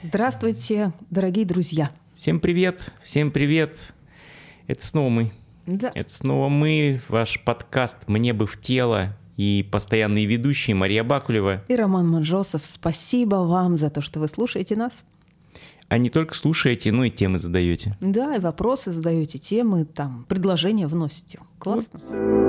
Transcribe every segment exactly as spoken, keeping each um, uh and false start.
Здравствуйте, дорогие друзья. Всем привет, всем привет. Это снова мы. Да. Это снова мы, ваш подкаст «Мне бы в тело» и постоянные ведущие Мария Бакулева. И Роман Манжосов. Спасибо вам за то, что вы слушаете нас. А не только слушаете, но и темы задаете. Да, и вопросы задаете, темы, там, предложения вносите. Классно. Вот.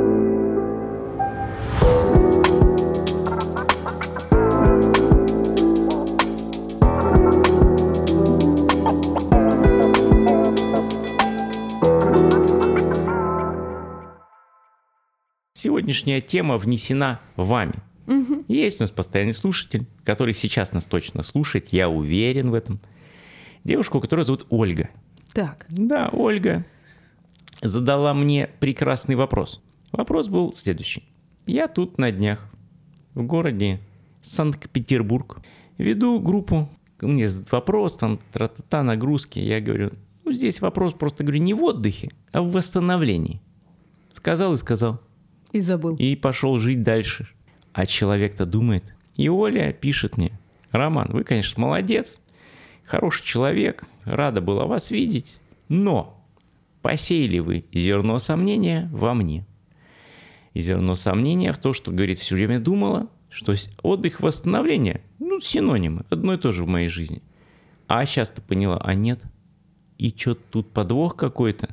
Сегодняшняя тема внесена вами. Угу. Есть у нас постоянный слушатель, который сейчас нас точно слушает, я уверен в этом. Девушку, которую зовут Ольга. Так. Да, Ольга задала мне прекрасный вопрос. Вопрос был следующий. Я тут на днях в городе Санкт-Петербург веду группу. Мне задают вопрос, там тра-та-та, нагрузки. Я говорю, ну здесь вопрос просто, говорю, не в отдыхе, а в восстановлении. Сказал и сказал. И забыл. И пошел жить дальше. А человек-то думает. И Оля пишет мне. Роман, вы, конечно, молодец. Хороший человек. Рада была вас видеть. Но посеяли вы зерно сомнения во мне. И зерно сомнения в то, что, говорит, все время думала, что отдых, восстановление, ну, синонимы. Одно и то же в моей жизни. А сейчас-то поняла, а нет. И что тут подвох какой-то.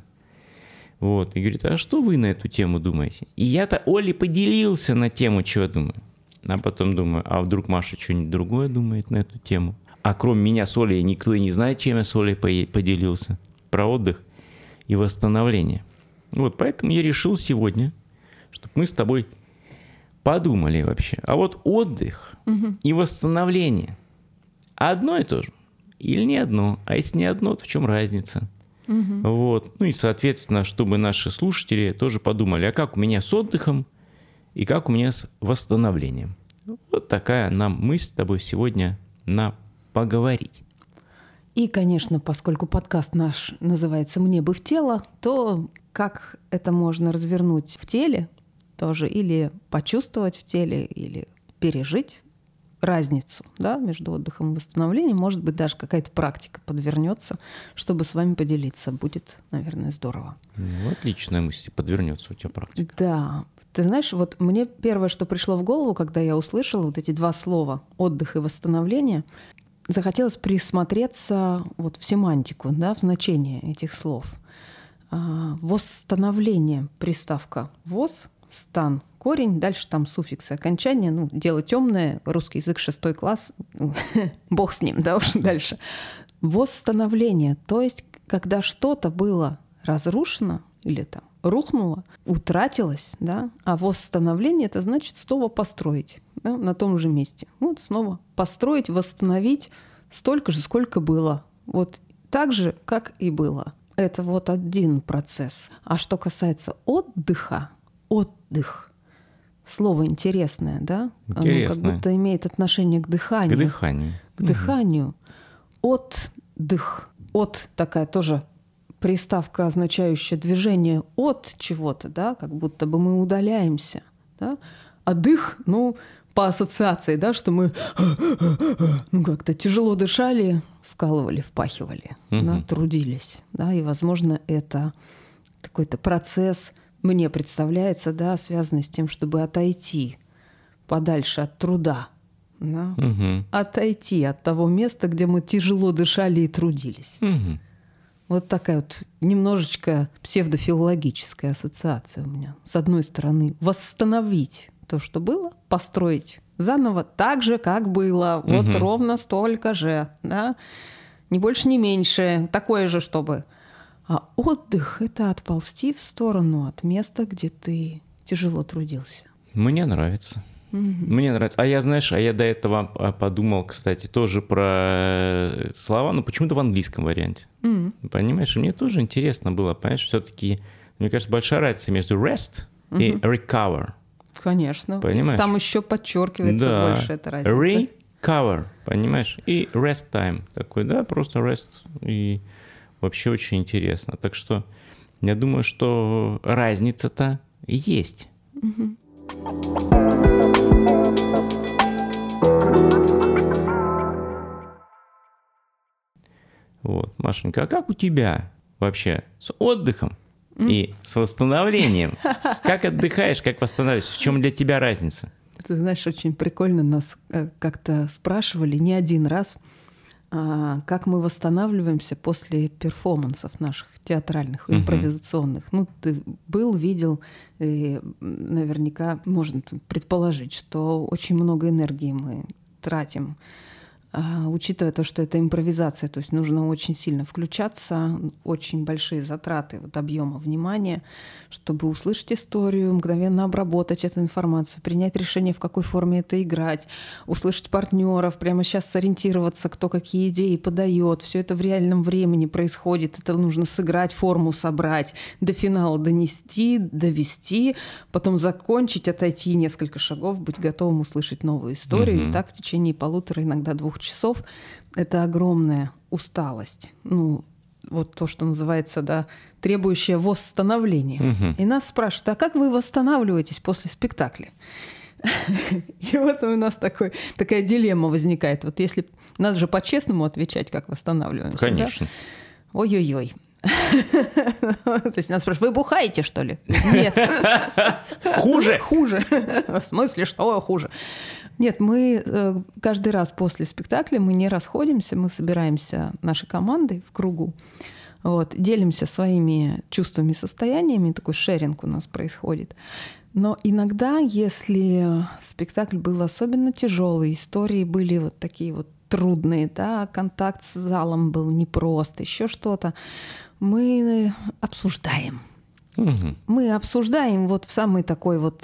Вот, и говорит, а что вы на эту тему думаете? И я-то Оле поделился на тему, что я думаю. А потом думаю, а вдруг Маша что-нибудь другое думает на эту тему? А кроме меня с Олей никто и не знает, чем я с Олей поделился. Про отдых и восстановление. Вот, поэтому я решил сегодня, чтобы мы с тобой подумали вообще. А вот отдых угу. и восстановление одно и то же? Или не одно? А если не одно, то в чем разница? Угу. Вот. Ну и, соответственно, чтобы наши слушатели тоже подумали, а как у меня с отдыхом и как у меня с восстановлением. Вот такая нам мысль с тобой сегодня на поговорить. И, конечно, поскольку подкаст наш называется «Мне бы в тело», то как это можно развернуть в теле тоже, или почувствовать в теле, или пережить разницу, да, между отдыхом и восстановлением. Может быть, даже какая-то практика подвернется, чтобы с вами поделиться. Будет, наверное, здорово. Ну, отличная мысль. Подвернется у тебя практика. Да. Ты знаешь, вот мне первое, что пришло в голову, когда я услышала вот эти два слова «отдых» и «восстановление», захотелось присмотреться вот в семантику, да, в значение этих слов. Восстановление, приставка «воз», «стан», корень, дальше там суффиксы, окончания, ну, дело темное, русский язык, шестой класс, бог с ним, да уж дальше. Восстановление, то есть когда что-то было разрушено или там рухнуло, утратилось, да, а восстановление — это значит снова построить, да, на том же месте. Вот снова построить, восстановить столько же, сколько было. Вот так же, как и было. Это вот один процесс. А что касается отдыха, отдых, слово интересное, да? Интересное. Оно как будто имеет отношение к дыханию. К дыханию. К дыханию. Отдых. От такая тоже приставка, означающая движение от чего-то, да? Как будто бы мы удаляемся. Да? А дых, ну, по ассоциации, да, что мы ну, как-то тяжело дышали, вкалывали, впахивали, угу. да, трудились. Да? И, возможно, это какой-то процесс, мне представляется, да, связанный с тем, чтобы отойти подальше от труда, да? Угу. Отойти от того места, где мы тяжело дышали и трудились. Угу. Вот такая вот немножечко псевдофилологическая ассоциация у меня. С одной стороны, восстановить то, что было, построить заново так же, как было, угу. вот ровно столько же, да? Ни больше, ни меньше, такое же, чтобы... А отдых — это отползти в сторону от места, где ты тяжело трудился. Мне нравится. Угу. Мне нравится. А я, знаешь, а я до этого подумал, кстати, тоже про слова, но почему-то в английском варианте. Угу. Понимаешь, мне тоже интересно было, понимаешь, все-таки, мне кажется, большая разница между rest угу. и recover. Конечно. Понимаешь? Там еще подчеркивается да. больше эта разница. Recover, понимаешь? И rest time такой, да, просто rest и... Вообще очень интересно. Так что я думаю, что разница-то есть. Угу. Вот, Машенька, а как у тебя вообще с отдыхом и с восстановлением? Как отдыхаешь, как восстанавливаешься? В чем для тебя разница? Ты знаешь, очень прикольно нас как-то спрашивали не один раз, как мы восстанавливаемся после перформансов наших театральных, uh-huh. импровизационных. Ну, ты был, видел, и наверняка можно предположить, что очень много энергии мы тратим, учитывая то, что это импровизация, то есть нужно очень сильно включаться, очень большие затраты вот, объема внимания, чтобы услышать историю, мгновенно обработать эту информацию, принять решение, в какой форме это играть, услышать партнеров, прямо сейчас сориентироваться, кто какие идеи подает. Все это в реальном времени происходит. Это нужно сыграть, форму собрать, до финала донести, довести, потом закончить, отойти несколько шагов, быть готовым услышать новую историю. Mm-hmm. И так в течение полутора, иногда двух часов. Это огромная усталость. Ну, вот то, что называется, да, требующее восстановления. Угу. И нас спрашивают, а как вы восстанавливаетесь после спектакля? И вот у нас такой, такая дилемма возникает. Вот если надо же по-честному отвечать, как восстанавливаемся. Конечно. Да? Ой-ой-ой. То есть нас спрашивают, вы бухаете, что ли? Нет. Хуже. Хуже. В смысле, что хуже? Нет, мы каждый раз после спектакля мы не расходимся, мы собираемся нашей командой в кругу, вот, делимся своими чувствами, состояниями, такой шеринг у нас происходит. Но иногда, если спектакль был особенно тяжелый, истории были вот такие вот трудные, да, контакт с залом был непрост, еще что-то, мы обсуждаем. Угу. Мы обсуждаем вот в самой такой вот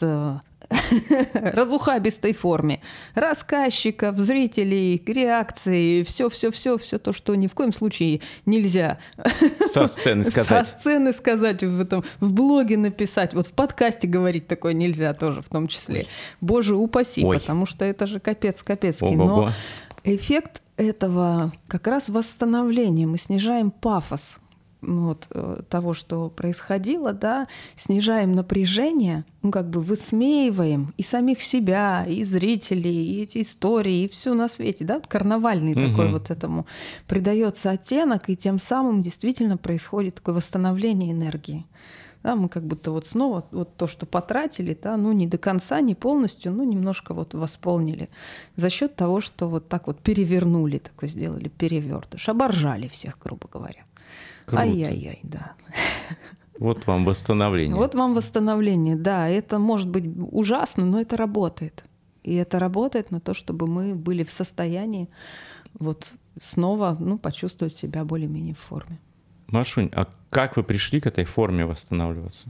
разухабистой форме рассказчиков, зрителей, реакции, все-все-все, все то, что ни в коем случае нельзя со сцены сказать. Со сцены сказать, в, этом, в блоге написать, вот в подкасте говорить такое нельзя тоже в том числе. Ой. Боже упаси, Ой. Потому что это же капец-капецкий. Но эффект этого как раз восстановления. Мы снижаем пафос вот, того, что происходило, да, снижаем напряжение, ну, как бы высмеиваем и самих себя, и зрителей, и эти истории, и все на свете, да, карнавальный угу. такой вот этому придается оттенок, и тем самым действительно происходит такое восстановление энергии. Да, мы как будто вот снова вот то, что потратили, да, ну не до конца, не полностью, но немножко вот восполнили за счет того, что вот так вот перевернули, такой сделали перевертыш, оборжали всех, грубо говоря. Круто. Ай-яй-яй, да. Вот вам восстановление. Вот вам восстановление, да. Это может быть ужасно, но это работает. И это работает на то, чтобы мы были в состоянии вот снова, ну, почувствовать себя более-менее в форме. Машунь, а как вы пришли к этой форме восстанавливаться?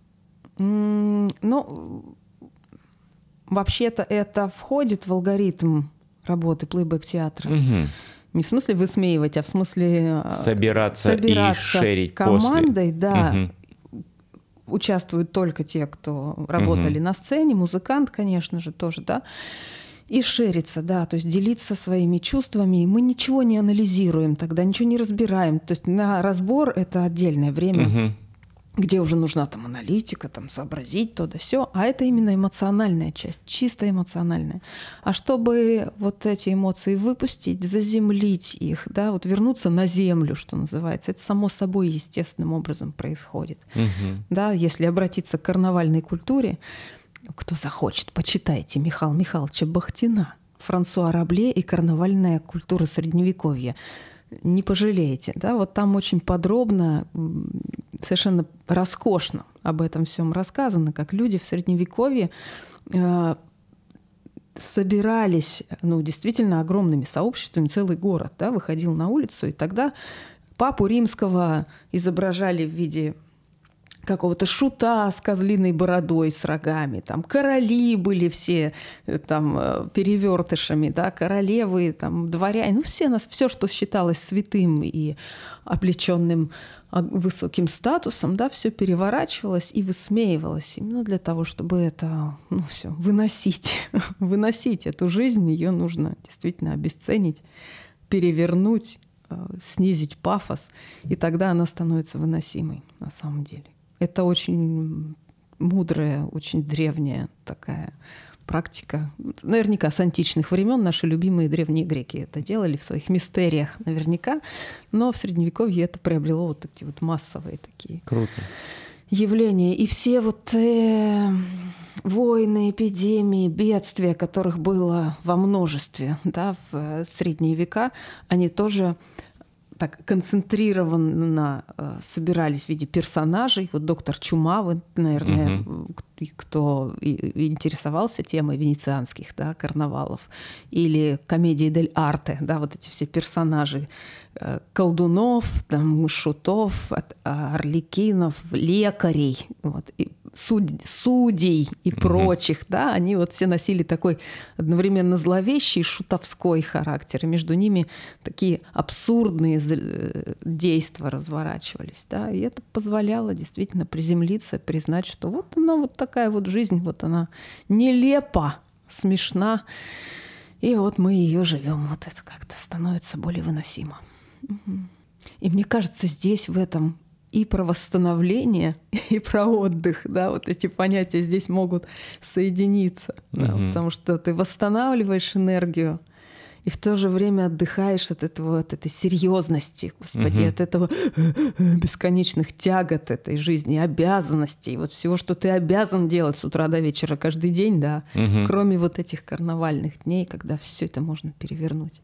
Mm, ну, вообще-то это входит в алгоритм работы плейбэк-театра. Угу. Не в смысле высмеивать, а в смысле собираться, собираться и шерить командой, после. Да. Угу. Участвуют только те, кто работали угу. на сцене, музыкант, конечно же, тоже, да. И шериться, да, то есть делиться своими чувствами. Мы ничего не анализируем тогда, ничего не разбираем. То есть на разбор это отдельное время, угу. где уже нужна там аналитика, там сообразить то да сё, а это именно эмоциональная часть, чисто эмоциональная. А чтобы вот эти эмоции выпустить, заземлить их, да, вот вернуться на землю, что называется, это само собой естественным образом происходит. Угу. Да, если обратиться к карнавальной культуре, кто захочет, почитайте Михаила Михайловича Бахтина, Франсуа Рабле и карнавальная культура Средневековья. Не пожалеете, да, вот там очень подробно, совершенно роскошно об этом всем рассказано, как люди в Средневековье э, собирались, ну, действительно огромными сообществами, целый город, да, выходил на улицу, и тогда папу римского изображали в виде какого-то шута с козлиной бородой, с рогами. Там короли были все там, перевертышами, да, королевы, там, дворяне. Ну, все нас, все, что считалось святым и облеченным высоким статусом, да, все переворачивалось и высмеивалось именно для того, чтобы это, ну, все, выносить. Выносить эту жизнь, ее нужно действительно обесценить, перевернуть, снизить пафос, и тогда она становится выносимой на самом деле. Это очень мудрая, очень древняя такая практика. Наверняка с античных времен наши любимые древние греки это делали в своих мистериях наверняка, но в Средневековье это приобрело вот эти вот массовые такие Круто. явления. И все вот э, войны, эпидемии, бедствия, которых было во множестве, да, в средние века, они тоже так концентрированно э, собирались в виде персонажей. Вот доктор Чума, вы, наверное, угу. кто и, интересовался темой венецианских, да, карнавалов, или комедии дель арте, да, вот эти все персонажи э, колдунов, там, шутов, орликинов, лекарей, вот, и суд, судей и угу. прочих, да, они вот все носили такой одновременно зловещий шутовской характер, и между ними такие абсурдные действия разворачивались, да, и это позволяло действительно приземлиться, признать, что вот она вот такая вот жизнь, вот она нелепа, смешна, и вот мы ее живем, вот это как-то становится более выносимо. Угу. И мне кажется, здесь в этом и про восстановление, и про отдых, да, вот эти понятия здесь могут соединиться, угу. да, потому что ты восстанавливаешь энергию, и в то же время отдыхаешь от этого, от этой серьезности, Господи, угу. от этого бесконечных тягот этой жизни, обязанностей, вот всего, что ты обязан делать с утра до вечера каждый день, да, угу. кроме вот этих карнавальных дней, когда все это можно перевернуть.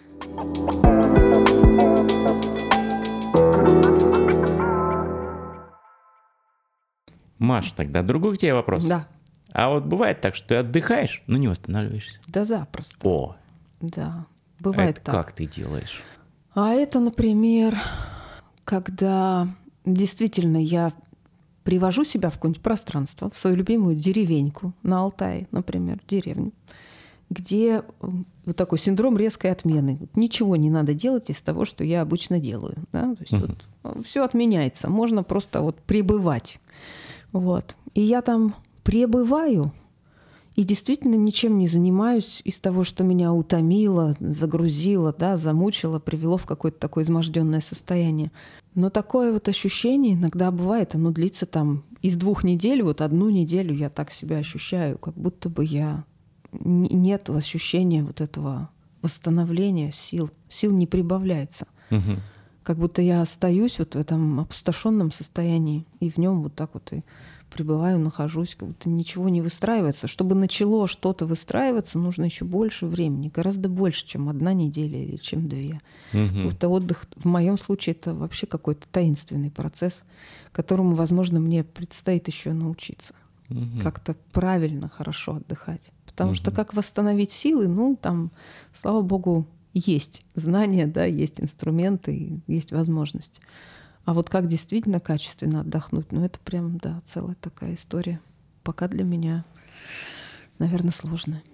Маш, тогда другой к тебе вопрос. Да. А вот бывает так, что ты отдыхаешь, но не восстанавливаешься? Да запросто. О, да, бывает это так. Как ты делаешь? А это, например, когда действительно я привожу себя в какое-нибудь пространство, в свою любимую деревеньку на Алтае, например, деревню, где вот такой синдром резкой отмены. Ничего не надо делать из того, что я обычно делаю. Да? То есть uh-huh. вот все отменяется. Можно просто вот пребывать. Вот. И я там пребываю и действительно ничем не занимаюсь из того, что меня утомило, загрузило, да, замучило, привело в какое-то такое изможденное состояние. Но такое вот ощущение иногда бывает, оно длится там из двух недель, вот одну неделю я так себя ощущаю, как будто бы я... нет ощущения вот этого восстановления сил. Сил не прибавляется. Угу. Как будто я остаюсь вот в этом опустошенном состоянии, и в нем вот так вот и пребываю, нахожусь, как будто ничего не выстраивается. Чтобы начало что-то выстраиваться, нужно еще больше времени, гораздо больше, чем одна неделя или чем две. Угу. Вот отдых в моем случае это вообще какой-то таинственный процесс, которому, возможно, мне предстоит еще научиться. Угу. Как-то правильно, хорошо отдыхать. Потому угу. что как восстановить силы, ну, там, слава богу, есть знания, да, есть инструменты, есть возможность. А вот как действительно качественно отдохнуть, ну, это прям, да, целая такая история. Пока для меня, наверное, сложная.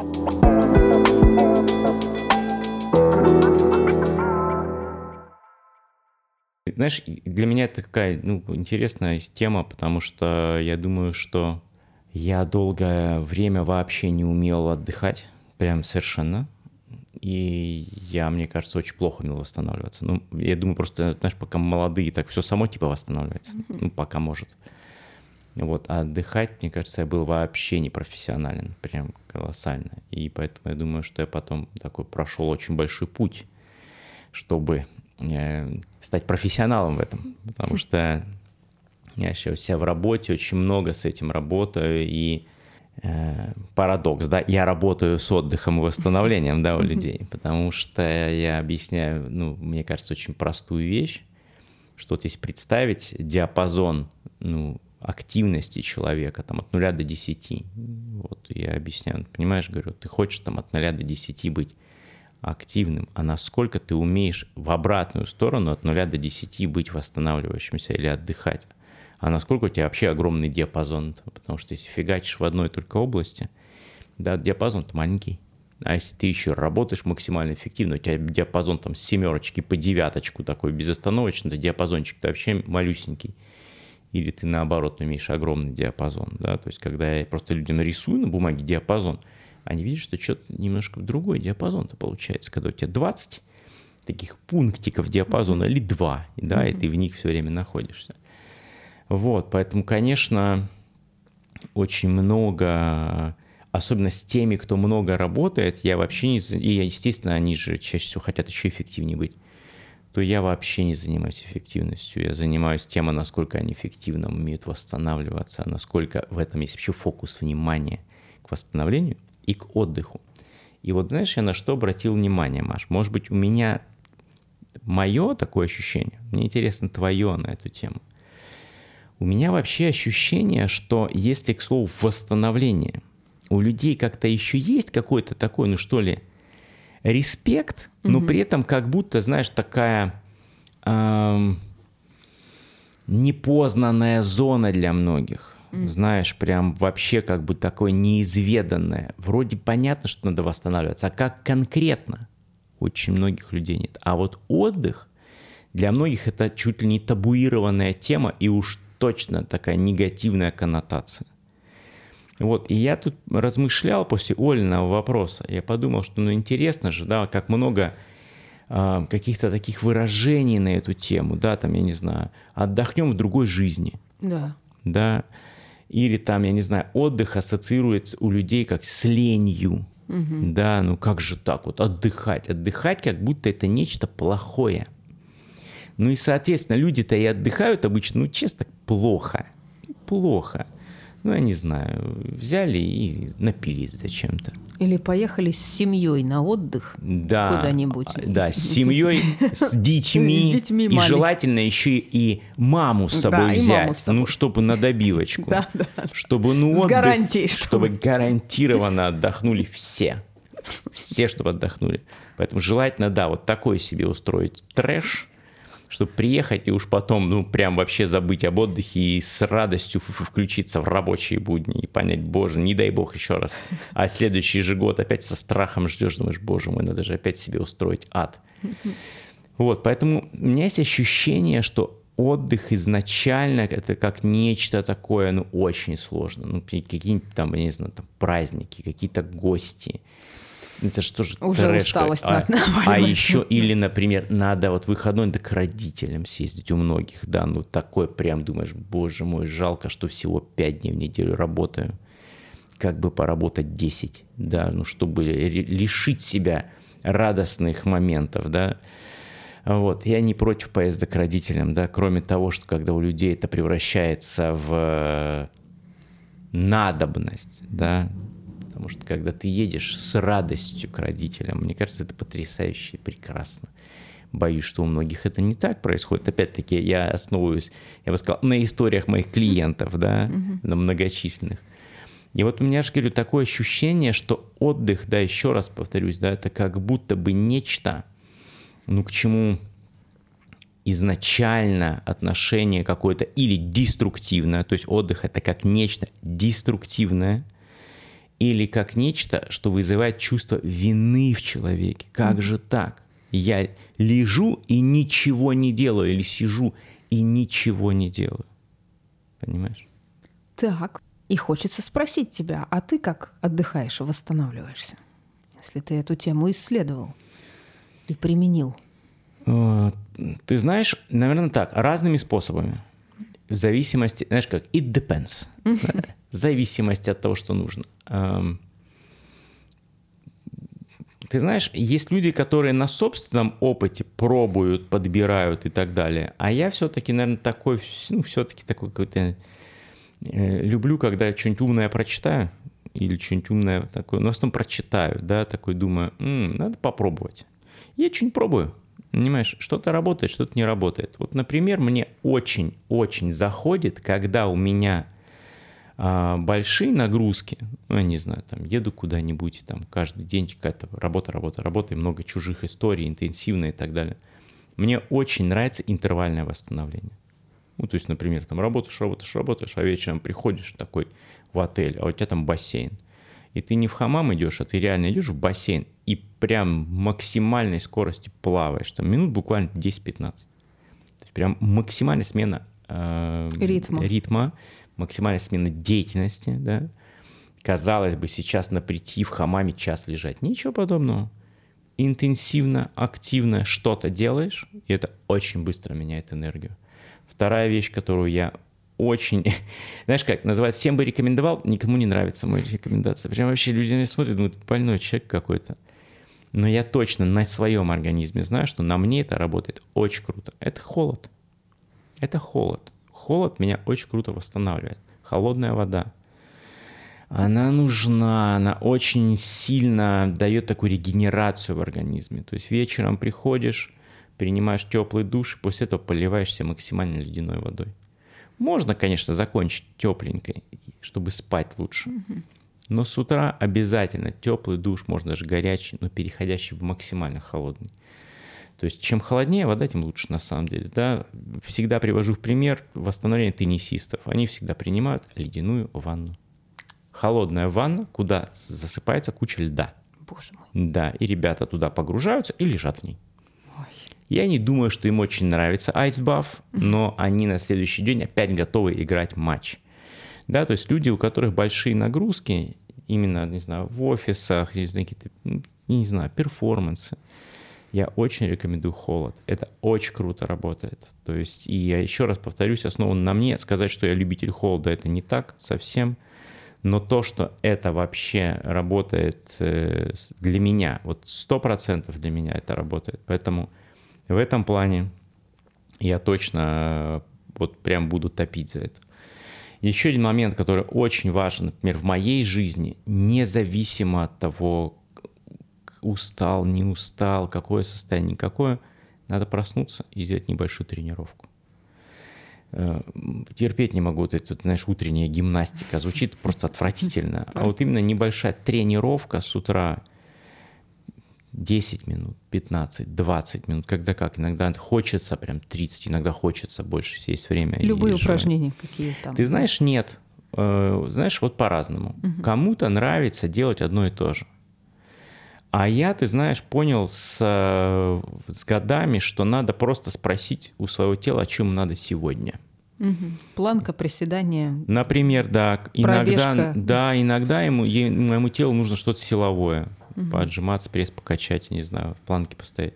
Знаешь, для меня это такая, ну, интересная тема, потому что я думаю, что я долгое время вообще не умел отдыхать, прям совершенно. И я, мне кажется, очень плохо умел восстанавливаться. Ну, я думаю, просто, знаешь, пока молодые, так все само типа восстанавливается. Mm-hmm. Ну, пока может. Вот. А отдыхать, мне кажется, я был вообще не профессионален. Прям колоссально. И поэтому я думаю, что я потом такой прошел очень большой путь, чтобы э, стать профессионалом в этом. Потому что я сейчас у себя в работе очень много с этим работаю, и э, парадокс, да, я работаю с отдыхом и восстановлением, да, у людей, потому что я объясняю, ну, мне кажется, очень простую вещь, что вот если представить диапазон, ну, активности человека там от нуля до десяти, вот, я объясняю, понимаешь, говорю, ты хочешь там от нуля до десяти быть активным, а насколько ты умеешь в обратную сторону от нуля до десяти быть восстанавливающимся или отдыхать, а насколько у тебя вообще огромный диапазон, потому что если фигачишь в одной только области, да, диапазон-то маленький, а если ты еще работаешь максимально эффективно, у тебя диапазон там с семерочки по девяточку такой безостановочный, диапазончик-то вообще малюсенький, или ты наоборот умеешь огромный диапазон, да, то есть когда я просто людям рисую на бумаге диапазон, они видят, что что-то немножко другой диапазон-то получается, когда у тебя двадцать таких пунктиков диапазона или два, да, mm-hmm. и ты в них все время находишься. Вот, поэтому, конечно, очень много особенно с теми, кто много работает, я вообще не... И, естественно, они же чаще всего хотят еще эффективнее быть. То я вообще не занимаюсь эффективностью. Я занимаюсь тем, насколько они эффективно умеют восстанавливаться, насколько в этом есть вообще фокус внимания к восстановлению и к отдыху. И вот знаешь, я на что обратил внимание, Маш? Может быть, у меня мое такое ощущение, мне интересно твое на эту тему. У меня вообще ощущение, что если, к слову, восстановление, у людей как-то еще есть какой-то такой, ну что ли, респект, но угу. при этом как будто, знаешь, такая эм, непознанная зона для многих. Mm. Знаешь, прям вообще как бы такое неизведанное. Вроде понятно, что надо восстанавливаться, а как конкретно? Очень многих людей нет. А вот отдых для многих это чуть ли не табуированная тема и уж точно такая негативная коннотация. Вот, и я тут размышлял после Олиного вопроса, я подумал, что ну интересно же, да, как много э, каких-то таких выражений на эту тему, да, там, я не знаю, отдохнем в другой жизни. Да. Да, или там, я не знаю, отдых ассоциируется у людей как с ленью. Угу. Да, ну как же так вот, отдыхать, отдыхать как будто это нечто плохое. Ну и, соответственно, люди-то и отдыхают обычно, ну честно, плохо, плохо. Ну, я не знаю, взяли и напились зачем-то. Или поехали с семьей на отдых да, куда-нибудь. Да, с семьей, с детьми. С детьми и желательно еще и маму с собой да, взять. С собой. Ну, чтобы на добивочку. Да, да. Чтобы, ну, с отдых, гарантией. Чтобы... чтобы гарантированно отдохнули все. Все, чтобы отдохнули. Поэтому желательно, да, вот такой себе устроить трэш, чтобы приехать и уж потом, ну, прям вообще забыть об отдыхе и с радостью включиться в рабочие будни и понять, боже, не дай бог еще раз. А следующий же год опять со страхом ждешь, думаешь, боже мой, надо же опять себе устроить ад. Вот, поэтому у меня есть ощущение, что отдых изначально это как нечто такое, ну, очень сложно. Ну, какие-нибудь там, я не знаю, там праздники, какие-то гости. Это же тоже уже трэш. Усталость а, а еще, или, например, надо вот выходной, надо к родителям съездить у многих, да, ну такой прям думаешь, боже мой, жалко, что всего пять дней в неделю работаю, как бы поработать десять, да, ну чтобы лишить себя радостных моментов, да. Вот, я не против поезда к родителям, да, кроме того, что когда у людей это превращается в надобность, да. Потому что когда ты едешь с радостью к родителям, мне кажется, это потрясающе и прекрасно. Боюсь, что у многих это не так происходит. Опять-таки, я основываюсь, я бы сказал, на историях моих клиентов, да, mm-hmm. на многочисленных. И вот у меня же, говорю, такое ощущение, что отдых, да, еще раз повторюсь, да, это как будто бы нечто, ну, к чему изначально отношение какое-то или деструктивное, то есть отдых это как нечто деструктивное, или как нечто, что вызывает чувство вины в человеке. Как mm-hmm. же так? Я лежу и ничего не делаю, или сижу и ничего не делаю. Понимаешь? Так, и хочется спросить тебя, а ты как отдыхаешь и восстанавливаешься, если ты эту тему исследовал и применил? Ты знаешь, наверное, так, разными способами. В зависимости, знаешь как, it depends. Mm-hmm. В зависимости от того, что нужно. Ты знаешь, есть люди, которые на собственном опыте пробуют, подбирают и так далее. А я все-таки, наверное, такой, ну, все-таки такой какой-то... Э, люблю, когда я что-нибудь умное прочитаю, или что-нибудь умное такое, но в основном прочитаю, да, такой думаю, м-м, надо попробовать. Я что-нибудь пробую. Понимаешь, что-то работает, что-то не работает. Вот, например, мне очень-очень заходит, когда у меня а, большие нагрузки, ну, я не знаю, там, еду куда-нибудь, там, каждый день какая-то работа, работа, работа, и много чужих историй, интенсивно и так далее. Мне очень нравится интервальное восстановление. Ну, то есть, например, там, работаешь, работаешь, работаешь, а вечером приходишь такой в отель, а у тебя там бассейн. И ты не в хамам идешь, а ты реально идешь в бассейн и прям максимальной скорости плаваешь. Там минут буквально десять-пятнадцать. То есть прям максимальная смена э, ритма. ритма, максимальная смена деятельности. Да? Казалось бы, сейчас на прийти в хамаме час лежать. Ничего подобного. Интенсивно, активно что-то делаешь, и это очень быстро меняет энергию. Вторая вещь, которую я очень... Знаешь как, называется, всем бы рекомендовал, никому не нравится моя рекомендация. Прям вообще люди на меня смотрят, думают, больной человек какой-то. Но я точно на своем организме знаю, что на мне это работает очень круто. Это холод. Это холод. Холод меня очень круто восстанавливает. Холодная вода. Она нужна, она очень сильно дает такую регенерацию в организме. То есть вечером приходишь, принимаешь теплый душ, после этого поливаешься максимально ледяной водой. Можно, конечно, закончить тепленькой, чтобы спать лучше. Mm-hmm. Но с утра обязательно теплый душ, можно даже горячий, но переходящий в максимально холодный. То есть чем холоднее вода, тем лучше на самом деле. Да? Всегда привожу в пример восстановление теннисистов. Они всегда принимают ледяную ванну. Холодная ванна, куда засыпается куча льда. Боже мой. Да, и ребята туда погружаются и лежат в ней. Ой. Я не думаю, что им очень нравится айсбаф, но они на следующий день опять готовы играть матч. Да, то есть люди, у которых большие нагрузки, именно, не знаю, в офисах, не знаю, какие-то, не знаю, перформансы, я очень рекомендую холод. Это очень круто работает. То есть, и я еще раз повторюсь, основано на мне. Сказать, что я любитель холода, это не так совсем. Но то, что это вообще работает для меня, вот сто процентов для меня это работает. Поэтому в этом плане я точно вот прям буду топить за это. Еще один момент, который очень важен, например, в моей жизни, независимо от того, устал, не устал, какое состояние, какое, надо проснуться и сделать небольшую тренировку. Терпеть не могу, вот это, знаешь, утренняя гимнастика, звучит просто отвратительно. А вот именно небольшая тренировка с утра, десять минут, пятнадцать, двадцать минут, когда как, иногда хочется прям тридцать, иногда хочется больше сесть время. Любые упражнения какие там. Ты знаешь, нет. Знаешь, вот по-разному. Угу. Кому-то нравится делать одно и то же. А я, ты знаешь, понял с, с годами, что надо просто спросить у своего тела, о чем надо сегодня. Угу. Планка, приседания. Например, да, иногда, да, иногда ему, моему телу нужно что-то силовое. Угу. Поотжиматься, пресс покачать, не знаю, в планке постоять.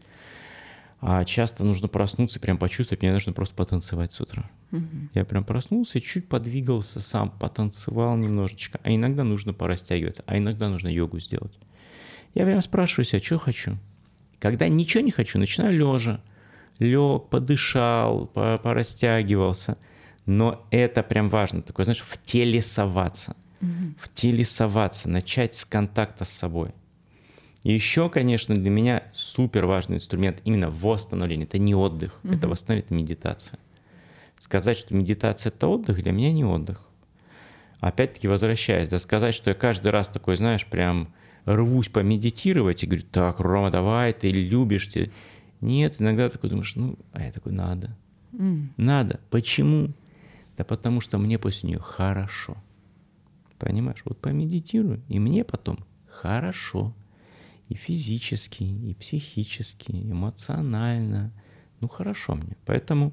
А часто нужно проснуться и прям почувствовать, мне нужно просто потанцевать с утра. Угу. Я прям проснулся и чуть подвигался сам, потанцевал немножечко. А иногда нужно порастягиваться, а иногда нужно йогу сделать. Я прям спрашиваю себя, что хочу. Когда ничего не хочу, начинаю лежа. Лег, подышал, порастягивался. Но это прям важно. Такое, знаешь, втелесоваться. Mm-hmm. Втелесоваться, начать с контакта с собой. И еще, конечно, для меня супер важный инструмент именно восстановление. Это не отдых, mm-hmm. это восстановление, это медитация. Сказать, что медитация – это отдых, для меня не отдых. Опять-таки, возвращаясь, да, сказать, что я каждый раз такой, знаешь, прям... рвусь помедитировать и говорю, так, Рома, давай, ты любишь. Ты... Нет, иногда такой думаешь, ну, а я такой, надо. Mm. Надо. Почему? Да потому что мне после нее хорошо. Понимаешь? Вот помедитирую, и мне потом хорошо. И физически, и психически, и эмоционально. Ну, хорошо мне. Поэтому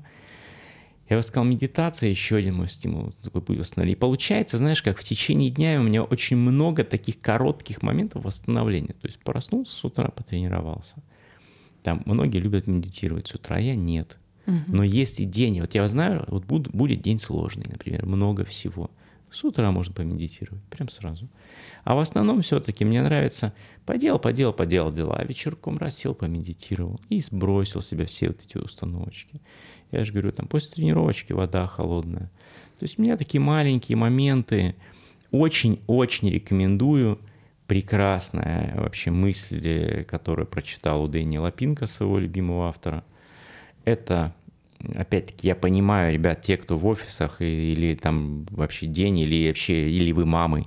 я бы сказал, медитация еще один мой стимул такой будет восстановления. И получается, знаешь, как в течение дня у меня очень много таких коротких моментов восстановления. То есть проснулся с утра, потренировался. Там многие любят медитировать с утра, а я нет. Угу. Но если день, вот я знаю, вот будет, будет день сложный, например, много всего. С утра можно помедитировать, прям сразу. А в основном все-таки мне нравится поделал, поделал, поделал дела, а вечерком раз сел, помедитировал и сбросил с себя все вот эти установочки. Я же говорю, там после тренировочки вода холодная. То есть у меня такие маленькие моменты. Очень-очень рекомендую. Прекрасная вообще мысль, которую прочитал у Дэниела Пинка, своего любимого автора. Это, опять-таки, я понимаю, ребят, те, кто в офисах или там вообще день, или вообще, или вы мамы,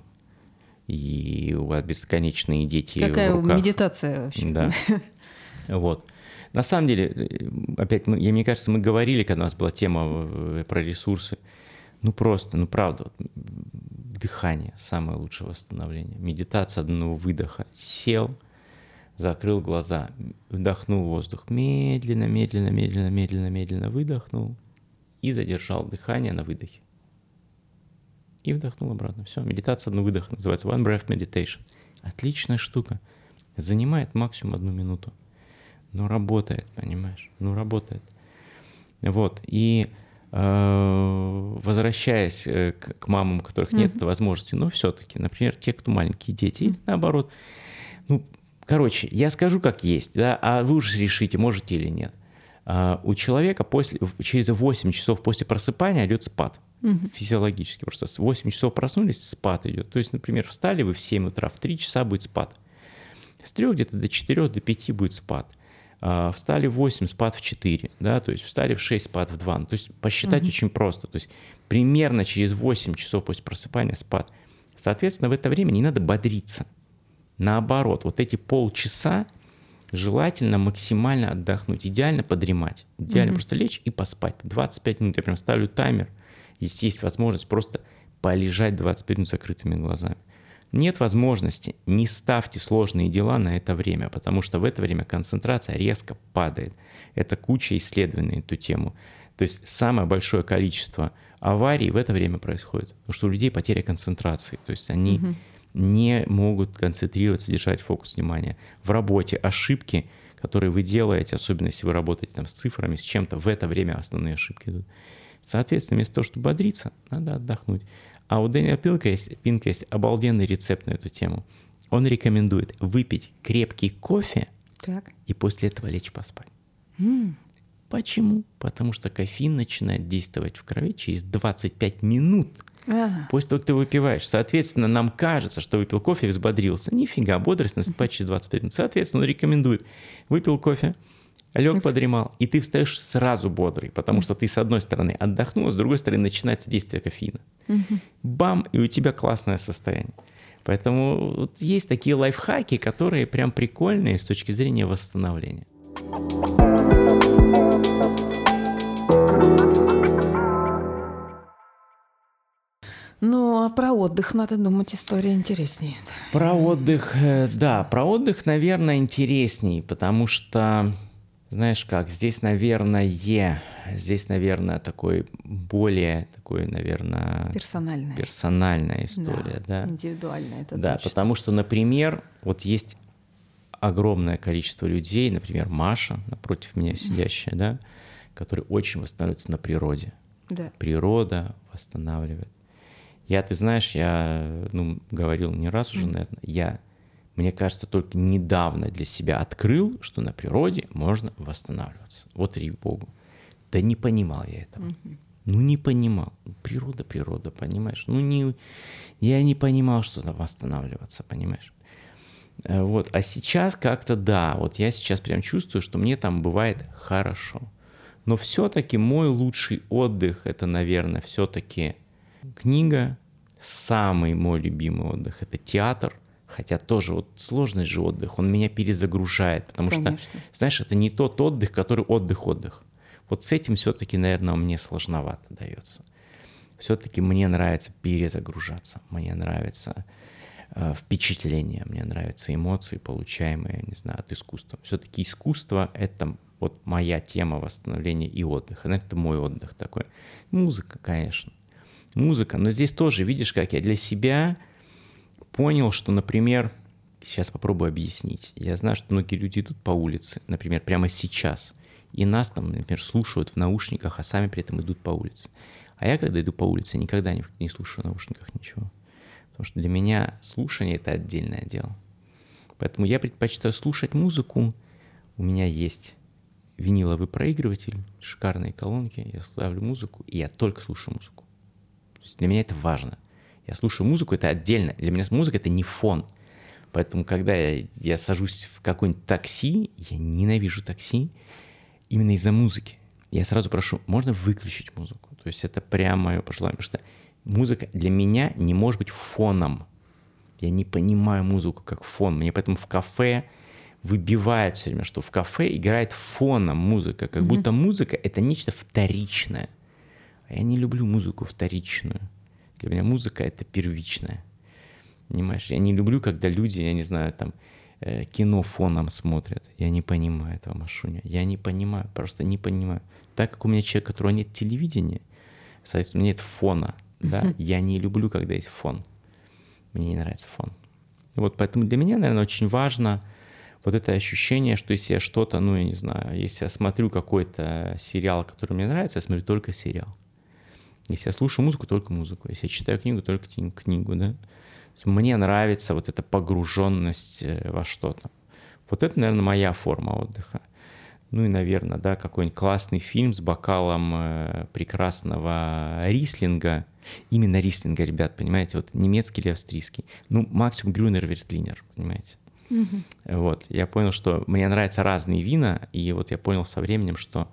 и у вас бесконечные дети Какая в руках. Медитация вообще. Да. Вот. На самом деле, опять, мы, мне кажется, мы говорили, когда у нас была тема про ресурсы, ну просто, ну правда, вот, дыхание – самое лучшее восстановление. Медитация одного выдоха. Сел, закрыл глаза, вдохнул воздух, медленно, медленно, медленно, медленно, медленно выдохнул и задержал дыхание на выдохе. И вдохнул обратно. Все, медитация одного выдоха называется One Breath Meditation. Отличная штука. Занимает максимум одну минуту. Но работает, понимаешь? Ну, работает. Вот. И возвращаясь к мамам, у которых нет mm-hmm. возможности, но все-таки, например, те, кто маленькие дети, или наоборот, ну, короче, я скажу, как есть, да, а вы уже решите, можете или нет. У человека после, через восемь часов после просыпания идет спад. Mm-hmm. Физиологически. Просто с восемь часов проснулись, спад идет. То есть, например, встали вы в семь утра, в три часа будет спад. С трёх где-то до четырёх, до пяти будет спад. Встали в восемь, спад в четыре, да, то есть встали в шесть, спад в два. То есть посчитать mm-hmm. очень просто. То есть примерно через восемь часов после просыпания спад. Соответственно, в это время не надо бодриться. Наоборот, вот эти полчаса желательно максимально отдохнуть. Идеально подремать. Идеально mm-hmm. просто лечь и поспать. двадцать пять минут. Я прям ставлю таймер. Если есть возможность, просто полежать двадцать пять минут с закрытыми глазами. Нет возможности, не ставьте сложные дела на это время, потому что в это время концентрация резко падает. Это куча исследований на эту тему. То есть самое большое количество аварий в это время происходит, потому что у людей потеря концентрации. То есть они угу. не могут концентрироваться, держать фокус внимания. В работе ошибки, которые вы делаете, особенно если вы работаете там с цифрами, с чем-то, в это время основные ошибки идут. Соответственно, вместо того, чтобы бодриться, надо отдохнуть. А у Дэниела Пинка есть, Пинка есть обалденный рецепт на эту тему. Он рекомендует выпить крепкий кофе так. и после этого лечь поспать. Mm. Почему? Потому что кофеин начинает действовать в крови через двадцать пять минут а. после того, как ты выпиваешь. Соответственно, нам кажется, что выпил кофе и взбодрился. Нифига, бодрость наступает через двадцать пять минут. Соответственно, он рекомендует: выпил кофе, лег, подремал, и ты встаешь сразу бодрый, потому что ты, с одной стороны, отдохнул, а с другой стороны, начинается действие кофеина. Угу. Бам, и у тебя классное состояние. Поэтому вот есть такие лайфхаки, которые прям прикольные с точки зрения восстановления. Ну, а про отдых, надо думать, история интереснее. Про отдых, да, про отдых, наверное, интересней, потому что... Знаешь как, здесь, наверное, здесь, наверное, такой более, такой, наверное... Персональная. Персональная история, да. да. Индивидуальная, это Да, точно. Потому что, например, вот есть огромное количество людей, например, Маша, напротив меня сидящая, да, которые очень восстанавливаются на природе. Да. Природа восстанавливает. Я, ты знаешь, я, ну, говорил не раз уже, наверное, я... Мне кажется, только недавно для себя открыл, что на природе можно восстанавливаться. Вот ей-богу. Да не понимал я этого. Mm-hmm. Ну, не понимал. Природа, природа, понимаешь? Ну, не, я не понимал, что надо восстанавливаться, понимаешь? Вот. А сейчас как-то да, вот я сейчас прям чувствую, что мне там бывает хорошо. Но все-таки мой лучший отдых — это, наверное, все-таки книга. Самый мой любимый отдых — это театр. Хотя тоже вот сложный же отдых, он меня перезагружает, потому Конечно. Что, знаешь, это не тот отдых, который отдых-отдых. Вот с этим все-таки, наверное, мне сложновато дается. Все-таки мне нравится перезагружаться, мне нравится э, впечатление, мне нравятся эмоции, получаемые, не знаю, от искусства. Все-таки искусство — это вот моя тема восстановления и отдыха. Это мой отдых такой. Музыка, конечно. Музыка, но здесь тоже, видишь, как я для себя... понял, что, например, сейчас попробую объяснить. Я знаю, что многие люди идут по улице, например, прямо сейчас, и нас там, например, слушают в наушниках, а сами при этом идут по улице. А я, когда иду по улице, никогда не, не слушаю в наушниках ничего. Потому что для меня слушание — это отдельное дело. Поэтому я предпочитаю слушать музыку. У меня есть виниловый проигрыватель, шикарные колонки, я ставлю музыку, и я только слушаю музыку. То есть для меня это важно. Я слушаю музыку, это отдельно. Для меня музыка — это не фон. Поэтому, когда я, я сажусь в какое-нибудь такси, я ненавижу такси именно из-за музыки. Я сразу прошу, можно выключить музыку? То есть это прям мое пожелание, потому что музыка для меня не может быть фоном. Я не понимаю музыку как фон. Мне поэтому в кафе выбивает все время, что в кафе играет фоном музыка, как mm-hmm. будто музыка — это нечто вторичное. А я не люблю музыку вторичную. Для меня музыка — это первичная. Понимаешь? Я не люблю, когда люди, я не знаю, там, э, кино фоном смотрят. Я не понимаю этого, Машуня. Я не понимаю, просто не понимаю. Так как у меня человек, у которого нет телевидения, соответственно, у меня нет фона. Да? Я не люблю, когда есть фон. Мне не нравится фон. Вот поэтому для меня, наверное, очень важно вот это ощущение, что если я что-то, ну, я не знаю, если я смотрю какой-то сериал, который мне нравится, я смотрю только сериал. Если я слушаю музыку, только музыку. Если я читаю книгу, только книгу, да. Мне нравится вот эта погруженность во что-то. Вот это, наверное, моя форма отдыха. Ну и, наверное, да, какой-нибудь классный фильм с бокалом э, прекрасного рислинга. Именно рислинга, ребят, понимаете, вот немецкий или австрийский. Ну, максимум Грюнер Вертлинер, понимаете. Mm-hmm. Вот, я понял, что мне нравятся разные вина, и вот я понял со временем, что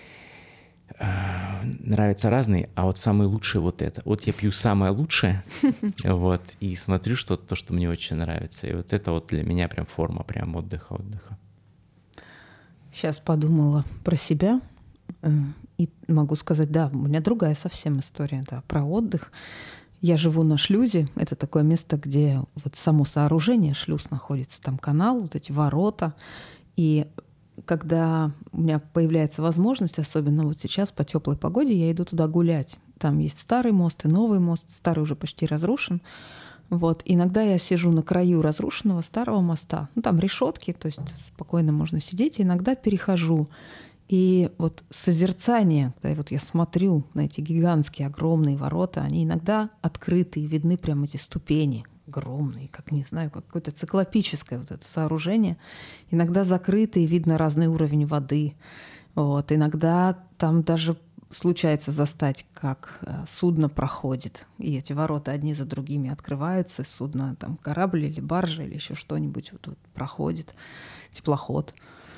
э, нравятся разные, а вот самые лучшие вот это. Вот я пью самое лучшее, вот, и смотрю, что то, что мне очень нравится. И вот это вот для меня прям форма прям отдыха-отдыха. Сейчас подумала про себя и могу сказать, да, у меня другая совсем история, да, про отдых. Я живу на шлюзе, это такое место, где вот само сооружение, шлюз находится, там канал, вот эти ворота. И когда у меня появляется возможность, особенно вот сейчас по теплой погоде, я иду туда гулять. Там есть старый мост и новый мост, старый уже почти разрушен. Вот. Иногда я сижу на краю разрушенного старого моста. Ну, там решетки, то есть спокойно можно сидеть. И иногда перехожу. И вот созерцание, когда вот я смотрю на эти гигантские огромные ворота, они иногда открыты, и видны прямо эти ступени огромные, как, не знаю, как какое-то циклопическое вот это сооружение. Иногда закрыты, и видно разный уровень воды. Вот. Иногда там даже случается застать, как судно проходит, и эти ворота одни за другими открываются, судно, там, корабль или баржа или еще что-нибудь вот, вот, проходит, теплоход.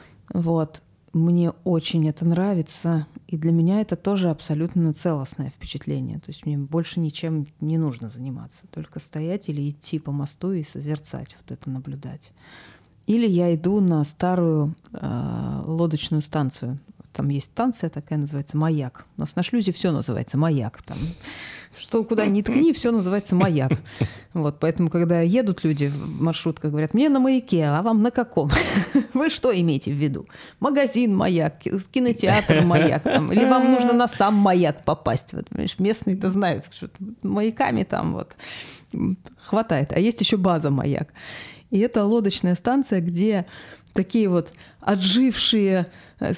Вот. Мне очень это нравится, и для меня это тоже абсолютно целостное впечатление. То есть мне больше ничем не нужно заниматься, только стоять или идти по мосту и созерцать, вот это наблюдать. Или я иду на старую э, лодочную станцию. Там есть станция такая, называется «Маяк». У нас на шлюзе все называется «Маяк». Там, что куда ни ткни, все называется «Маяк». Вот, поэтому, когда едут люди в маршрутках, говорят, мне на «Маяке», а вам на каком? Вы что имеете в виду? Магазин «Маяк», кинотеатр «Маяк». Там, или вам нужно на сам «Маяк» попасть? Вот, местные-то знают, что маяками там вот хватает. А есть еще база «Маяк». И это лодочная станция, где такие вот отжившие,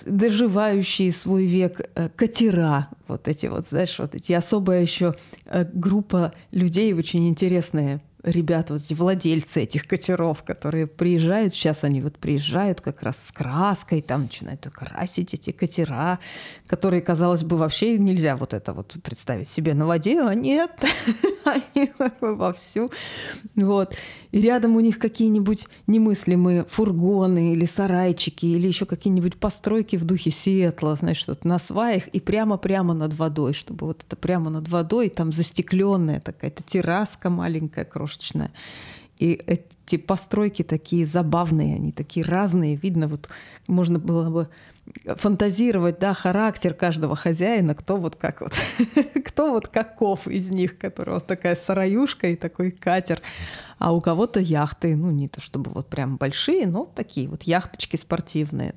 доживающие свой век катера, вот эти вот, знаешь, вот эти особая еще группа людей, очень интересная, ребята, вот эти владельцы этих катеров, которые приезжают, сейчас они вот приезжают как раз с краской, там начинают красить эти катера, которые, казалось бы, вообще нельзя вот это вот представить себе на воде, а нет, они вовсю. Вот. И рядом у них какие-нибудь немыслимые фургоны или сарайчики, или еще какие-нибудь постройки в духе Сиэтла, знаешь, что-то на сваях, и прямо-прямо над водой, чтобы вот это прямо над водой, там застекленная такая-то терраска маленькая, крошечная. И эти постройки такие забавные, они такие разные. Видно, вот можно было бы фантазировать, да, характер каждого хозяина, кто вот как вот, кто вот каков из них, который у вас такая сараюшка и такой катер, а у кого-то яхты, ну не то чтобы вот прям большие, но такие вот яхточки спортивные,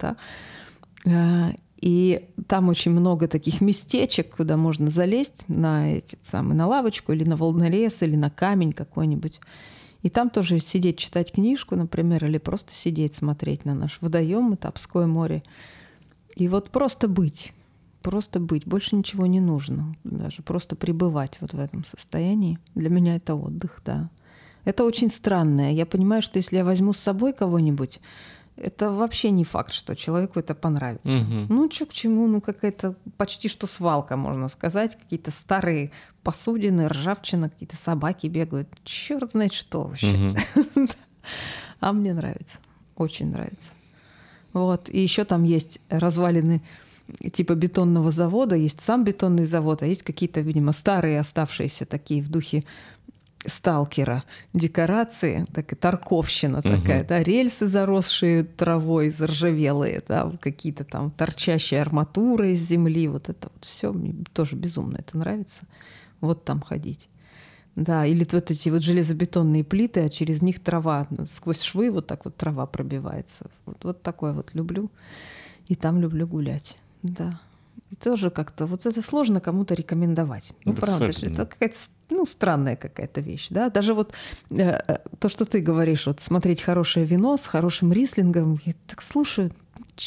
да. И там очень много таких местечек, куда можно залезть на эти самые, на лавочку или на волнорез, или на камень какой-нибудь. И там тоже сидеть, читать книжку, например, или просто сидеть, смотреть на наш водоем, это Обское море. И вот просто быть, просто быть, больше ничего не нужно, даже просто пребывать вот в этом состоянии. Для меня это отдых, да. Это очень странное. Я понимаю, что если я возьму с собой кого-нибудь, это вообще не факт, что человеку это понравится. Угу. Ну, что к чему, ну, какая-то почти что свалка, можно сказать, какие-то старые посудины, ржавчина, какие-то собаки бегают. Черт знает что вообще. Угу. А мне нравится, очень нравится. Вот. И еще там есть развалины типа бетонного завода, есть сам бетонный завод, а есть какие-то, видимо, старые оставшиеся такие в духе сталкера декорации, так и тарковщина uh-huh. такая, да, рельсы, заросшие травой, заржавелые, да, какие-то там торчащие арматуры из земли, вот это вот все мне тоже безумно это нравится. Вот там ходить. Да, или вот эти вот железобетонные плиты, а через них трава, сквозь швы вот так вот трава пробивается. Вот, вот такое вот люблю. И там люблю гулять. Да. И тоже как-то вот это сложно кому-то рекомендовать. Ну, да, правда, это какая-то ну, странная какая-то вещь. Да? Даже вот э, то, что ты говоришь, вот смотреть хорошее вино с хорошим рислингом, я так слушаю,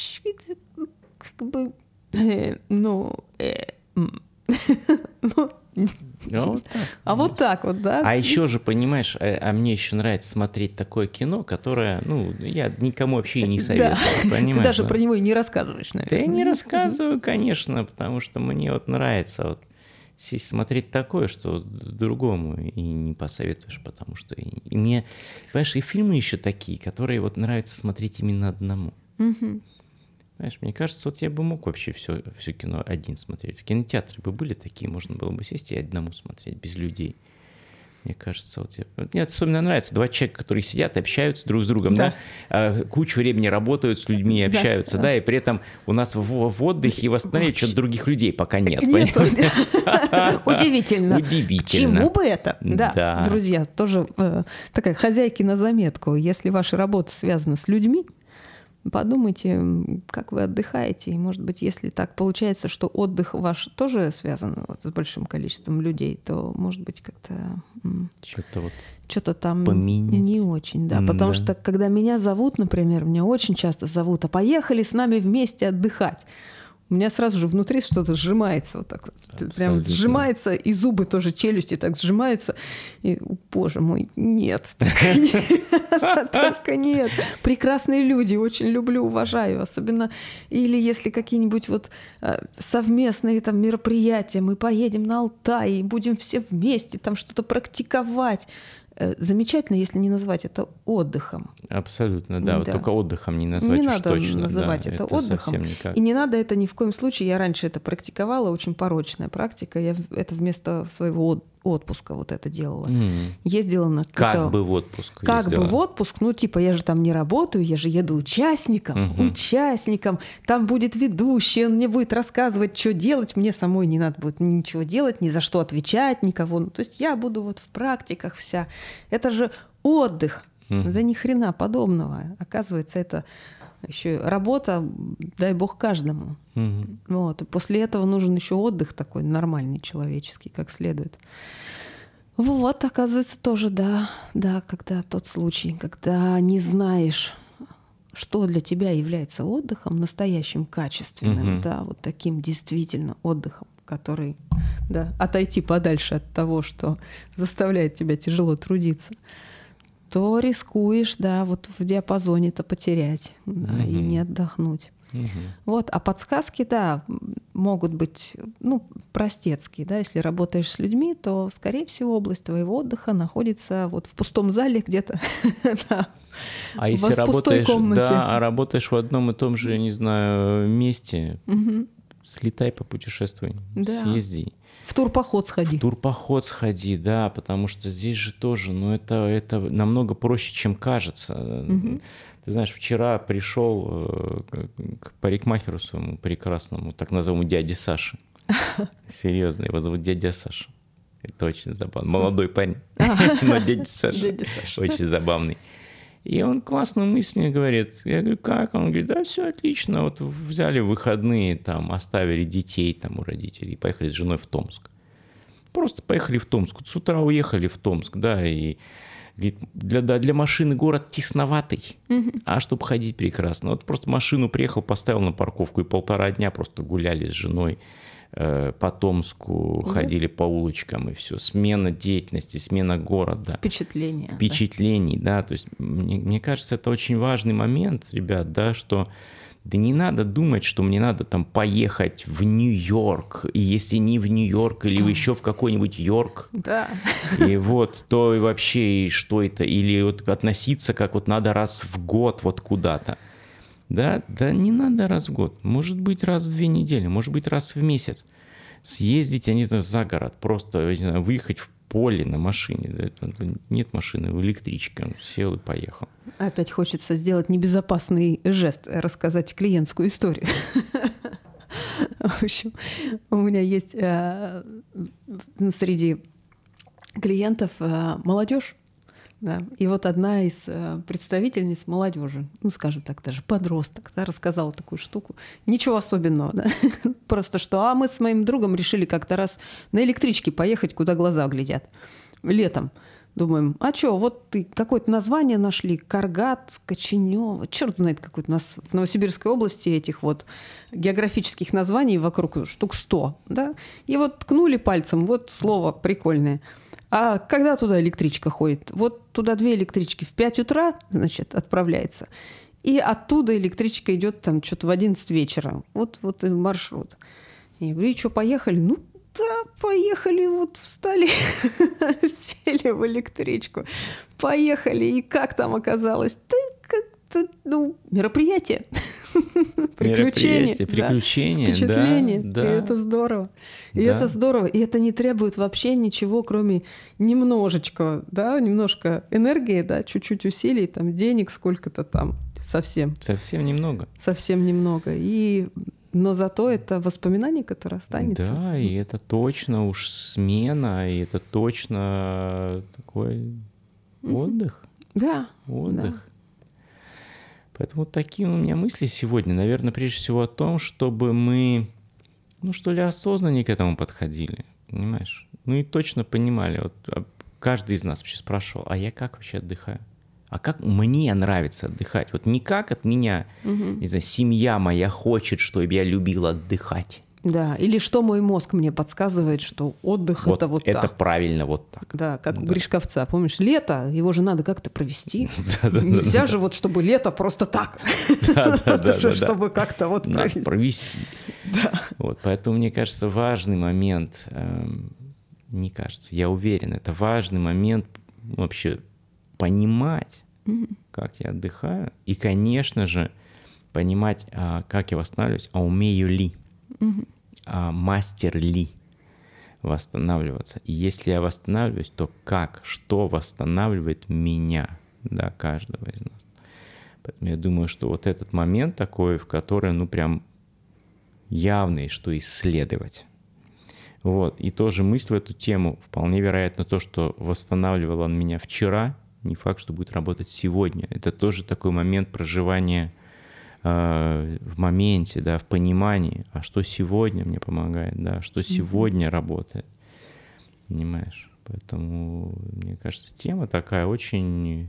как бы, э, ну, э, ну, А вот так. А вот так вот, да? А еще же, понимаешь, а, а мне еще нравится смотреть такое кино, которое, ну, я никому вообще и не советую. Да. Понимаешь, Ты даже да? про него и не рассказываешь, наверное. Да я не рассказываю, конечно, потому что мне вот нравится вот сесть смотреть такое, что другому и не посоветуешь, потому что и, и мне, понимаешь, и фильмы еще такие, которые вот нравится смотреть именно одному. Угу. Знаешь, мне кажется, вот я бы мог вообще все, все кино один смотреть. В кинотеатре бы были такие, можно было бы сесть и одному смотреть, без людей. Мне кажется, вот я... Мне особенно нравится два человека, которые сидят, общаются друг с другом, да, да? Кучу времени работают с людьми, общаются, да, да. да, и при этом у нас в, в отдыхе и восстановлении что-то других людей пока нет. Удивительно. Удивительно. К чему бы это? Да, друзья, тоже такая хозяйки на заметку. Если ваша работа связана с людьми, подумайте, как вы отдыхаете. И, может быть, если так получается, что отдых ваш тоже связан вот с большим количеством людей, то, может быть, как-то что-то, вот что-то там поменять. Не очень. Да. Потому да. что, когда меня зовут, например, меня очень часто зовут, а поехали с нами вместе отдыхать. У меня сразу же внутри что-то сжимается вот так вот. Абсолютно. Прям сжимается, и зубы тоже, челюсти так сжимаются. И, боже мой, нет. Только нет. Прекрасные люди, очень люблю, уважаю. Особенно, или если какие-нибудь вот совместные там мероприятия, мы поедем на Алтай и будем все вместе там что-то практиковать. Замечательно, если не назвать это отдыхом. Абсолютно, да. да. Вот только отдыхом не назвать не уж надо точно. называть да, это, это отдыхом. никак. И не надо это ни в коем случае. Я раньше это практиковала, очень порочная практика. Я это вместо своего отпуска вот это делала. Mm. Ездила на... Как это... бы в отпуск Как ездила. бы в отпуск. Ну, типа, я же там не работаю, я же еду участником. Uh-huh. Участником. Там будет ведущий, он мне будет рассказывать, что делать. Мне самой не надо будет ничего делать, ни за что отвечать, никого. Ну, то есть я буду вот в практиках вся. Это же отдых. Uh-huh. Да ни хрена подобного. Оказывается, это еще работа, дай бог, каждому. Uh-huh. Вот. И после этого нужен еще отдых такой нормальный, человеческий, как следует. Вот, оказывается, тоже, да, да, когда тот случай, когда не знаешь, что для тебя является отдыхом, настоящим, качественным, uh-huh. да, вот таким действительно отдыхом, который, да, отойти подальше от того, что заставляет тебя тяжело трудиться, то рискуешь, да, вот в диапазоне-то потерять, да, uh-huh. и не отдохнуть. Uh-huh. Вот, а подсказки, да, могут быть, ну, простецкие, да, если работаешь с людьми, то, скорее всего, область твоего отдыха находится вот в пустом зале где-то, да, а если работаешь, да, а работаешь в одном и том же, не знаю, месте, uh-huh. слетай, попутешествуй, да. съезди. В турпоход сходи. В турпоход сходи, да, потому что здесь же тоже, ну, это, это намного проще, чем кажется. Uh-huh. Ты знаешь, вчера пришел к парикмахеру своему прекрасному, так назовем, дяде Саше. Серьезно, его зовут дядя Саша. Это очень забавно. Молодой парень, но дядя Саша очень забавный. И он классную мысль мне говорит. Я говорю, как? Он говорит, да, все отлично. Вот взяли выходные, там, оставили детей там у родителей и поехали с женой в Томск. Просто поехали в Томск. С утра уехали в Томск, да, и говорит, для, да, для машины город тесноватый, mm-hmm. а чтобы ходить прекрасно. Вот просто машину приехал, поставил на парковку, и полтора дня просто гуляли с женой э, по Томску, mm-hmm. ходили по улочкам, и все. Смена деятельности, смена города. Впечатления. Впечатлений, да. да. То есть, мне, мне кажется, это очень важный момент, ребят, да, что да не надо думать, что мне надо там поехать в Нью-Йорк, и если не в Нью-Йорк, или еще в какой-нибудь Йорк, да. и вот, то и вообще, и что это, или вот относиться как вот надо раз в год вот куда-то. Да, да не надо раз в год, может быть раз в две недели, может быть раз в месяц. Съездить, я не знаю, за город, просто, я не знаю, выехать в поле на машине. Нет машины, в электричке. Он сел и поехал. Опять хочется сделать небезопасный жест, рассказать клиентскую историю. В общем, у меня есть среди клиентов молодежь. Да. И вот одна из представительниц молодежи, ну, скажем так, даже подросток, да, рассказала такую штуку. Ничего особенного, да? Просто что, а мы с моим другом решили как-то раз на электричке поехать, куда глаза глядят. Летом. Думаем, а что, вот ты какое-то название нашли, Каргат, Коченёв, черт знает, какое-то у нас в Новосибирской области этих вот географических названий вокруг штук сто, да, и вот ткнули пальцем, вот слово прикольное. А когда туда электричка ходит? Вот туда две электрички в пять утра, значит, отправляется, и оттуда электричка идет там что-то в одиннадцать вечера. Вот, вот и маршрут. Я говорю, и что, поехали? Ну, да, поехали, вот встали, сели в электричку, поехали, и как там оказалось? Да как-то, ну, мероприятие, приключение, приключение, впечатление, да, и это здорово. И да. это здорово, и это не требует вообще ничего, кроме немножечко, да, немножко энергии, да, чуть-чуть усилий, там, денег сколько-то там, совсем. Совсем немного. Совсем немного, и... Но зато это воспоминание, которое останется. Да, и это точно уж смена, и это точно такой отдых. Да. Отдых. Да. Поэтому такие у меня мысли сегодня. Наверное, прежде всего о том, чтобы мы, ну что ли, осознаннее к этому подходили. Понимаешь? Ну и точно понимали. Вот каждый из нас вообще спрашивал, а я как вообще отдыхаю? А как мне нравится отдыхать? Вот не как от меня, угу. не знаю, семья моя хочет, чтобы я любил отдыхать. Да, или что мой мозг мне подсказывает, что отдых вот это вот это так. Это правильно вот так. Да, как да. у Гришковца. Помнишь, лето, его же надо как-то провести. Нельзя же вот, чтобы лето просто так. Чтобы как-то вот провести. провести. Вот, поэтому, мне кажется, важный момент, не кажется, я уверен, это важный момент вообще понимать, mm-hmm. как я отдыхаю, и, конечно же, понимать, а, как я восстанавливаюсь, а умею ли, mm-hmm. а мастер ли восстанавливаться. И если я восстанавливаюсь, то как, что восстанавливает меня, да, каждого из нас. Поэтому я думаю, что вот этот момент такой, в который, ну, прям явный, что исследовать. Вот. И тоже мысль в эту тему, вполне вероятно, то, что восстанавливал он меня вчера, не факт, что будет работать сегодня. Это тоже такой момент проживания э, в моменте, да, в понимании, а что сегодня мне помогает, да, что сегодня mm-hmm. работает. Понимаешь? Поэтому, мне кажется, тема такая очень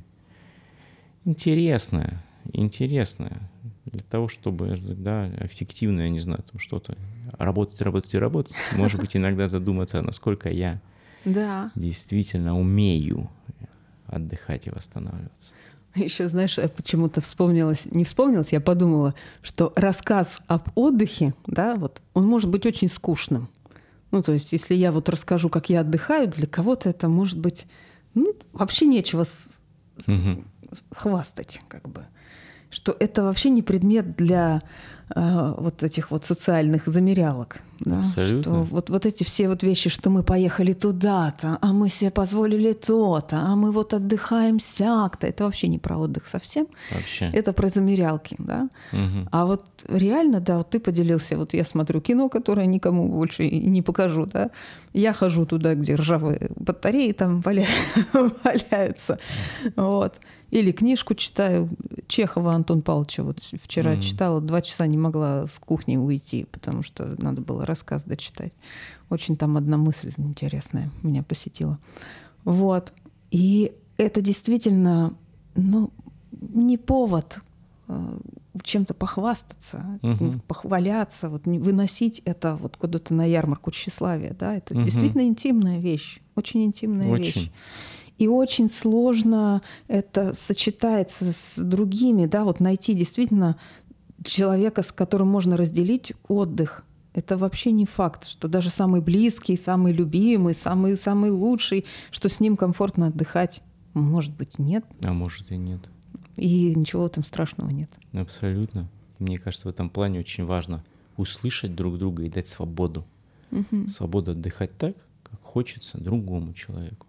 интересная, интересная для того, чтобы, да, эффективно, я не знаю, там что-то работать, работать и работать. Может быть, иногда задуматься, насколько я да. действительно умею отдыхать и восстанавливаться. Еще, знаешь, почему-то вспомнилось, не вспомнилось, я подумала, что рассказ об отдыхе, да, вот, он может быть очень скучным. Ну, то есть, если я вот расскажу, как я отдыхаю, для кого-то это может быть, ну, вообще нечего с... угу. хвастать, как бы. Что это вообще не предмет для э, вот этих вот социальных замерялок. Да? Абсолютно. Что вот, вот эти все вот вещи, что мы поехали туда-то, а мы себе позволили то-то, а мы вот отдыхаем сяк-то. Это вообще не про отдых совсем. Вообще. Это про замерялки. Да? Угу. А вот реально, да, вот ты поделился, вот я смотрю кино, которое никому больше не покажу, да? Я хожу туда, где ржавые батареи там валя... валяются. Вот. Или книжку читаю Чехова Антона Павловича. Вот вчера mm-hmm. читала, два часа не могла с кухни уйти, потому что надо было рассказ дочитать. Очень там одна мысль интересная меня посетила. Вот. И это действительно, ну, не повод э, чем-то похвастаться, mm-hmm. похваляться, вот, не выносить это вот куда-то на ярмарку тщеславия. Да? Это mm-hmm. действительно интимная вещь, очень интимная очень. вещь. И очень сложно это сочетается с другими, да, вот найти действительно человека, с которым можно разделить отдых. Это вообще не факт, что даже самый близкий, самый любимый, самый, самый лучший, что с ним комфортно отдыхать, может быть, нет. А может и нет. И ничего в этом страшного нет. Абсолютно. Мне кажется, в этом плане очень важно услышать друг друга и дать свободу. Угу. Свободу отдыхать так, как хочется другому человеку.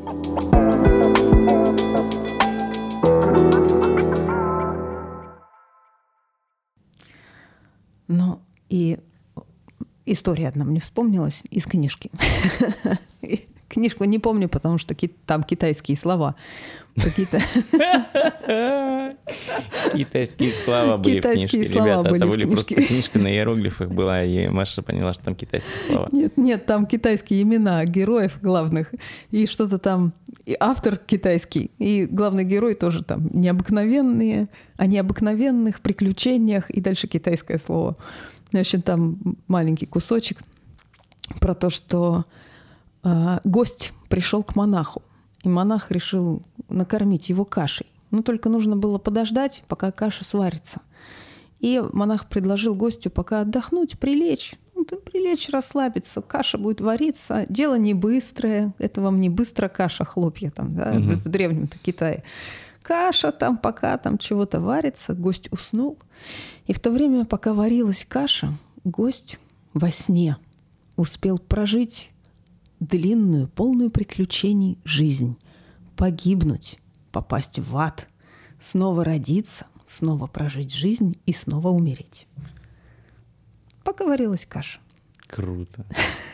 Ну и история одна мне вспомнилась из книжки. Книжку не помню, потому что там китайские слова. Какие-то Китайские слова были Китайские в книжке. слова Ребята, были это в были книжке. просто книжка на иероглифах была, и Маша поняла, что там китайские слова. Нет, нет, там китайские имена героев главных. И что-то там... И автор китайский, и главный герой тоже там необыкновенные, о необыкновенных приключениях, и дальше китайское слово. В общем, там маленький кусочек про то, что э, гость пришел к монаху, и монах решил накормить его кашей. Но только нужно было подождать, пока каша сварится. И монах предложил гостю пока отдохнуть, прилечь. Ну, прилечь, расслабиться. Каша будет вариться. Дело не быстрое. Это вам не быстро каша, хлопья там, да, угу. в древнем-то Китае. Каша там, пока там чего-то варится, гость уснул. И в то время, пока варилась каша, гость во сне успел прожить длинную, полную приключений жизнь, погибнуть, попасть в ад, снова родиться, снова прожить жизнь и снова умереть. Пока варилась каша. Круто.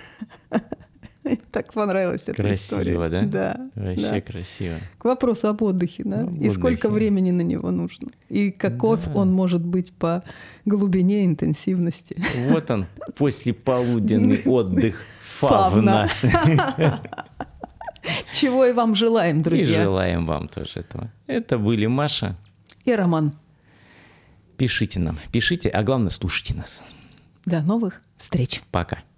Так понравилась эта история. Красиво, да? Да. Вообще да. красиво. К вопросу об отдыхе, да? Об и сколько отдыхе. времени на него нужно. И каков Да. он может быть по глубине интенсивности. Вот он, послеполуденный отдых фавна. Чего и вам желаем, И друзья. желаем вам тоже этого. Это были Маша. И Роман. Пишите нам, пишите, а главное, слушайте нас. До новых встреч. Пока.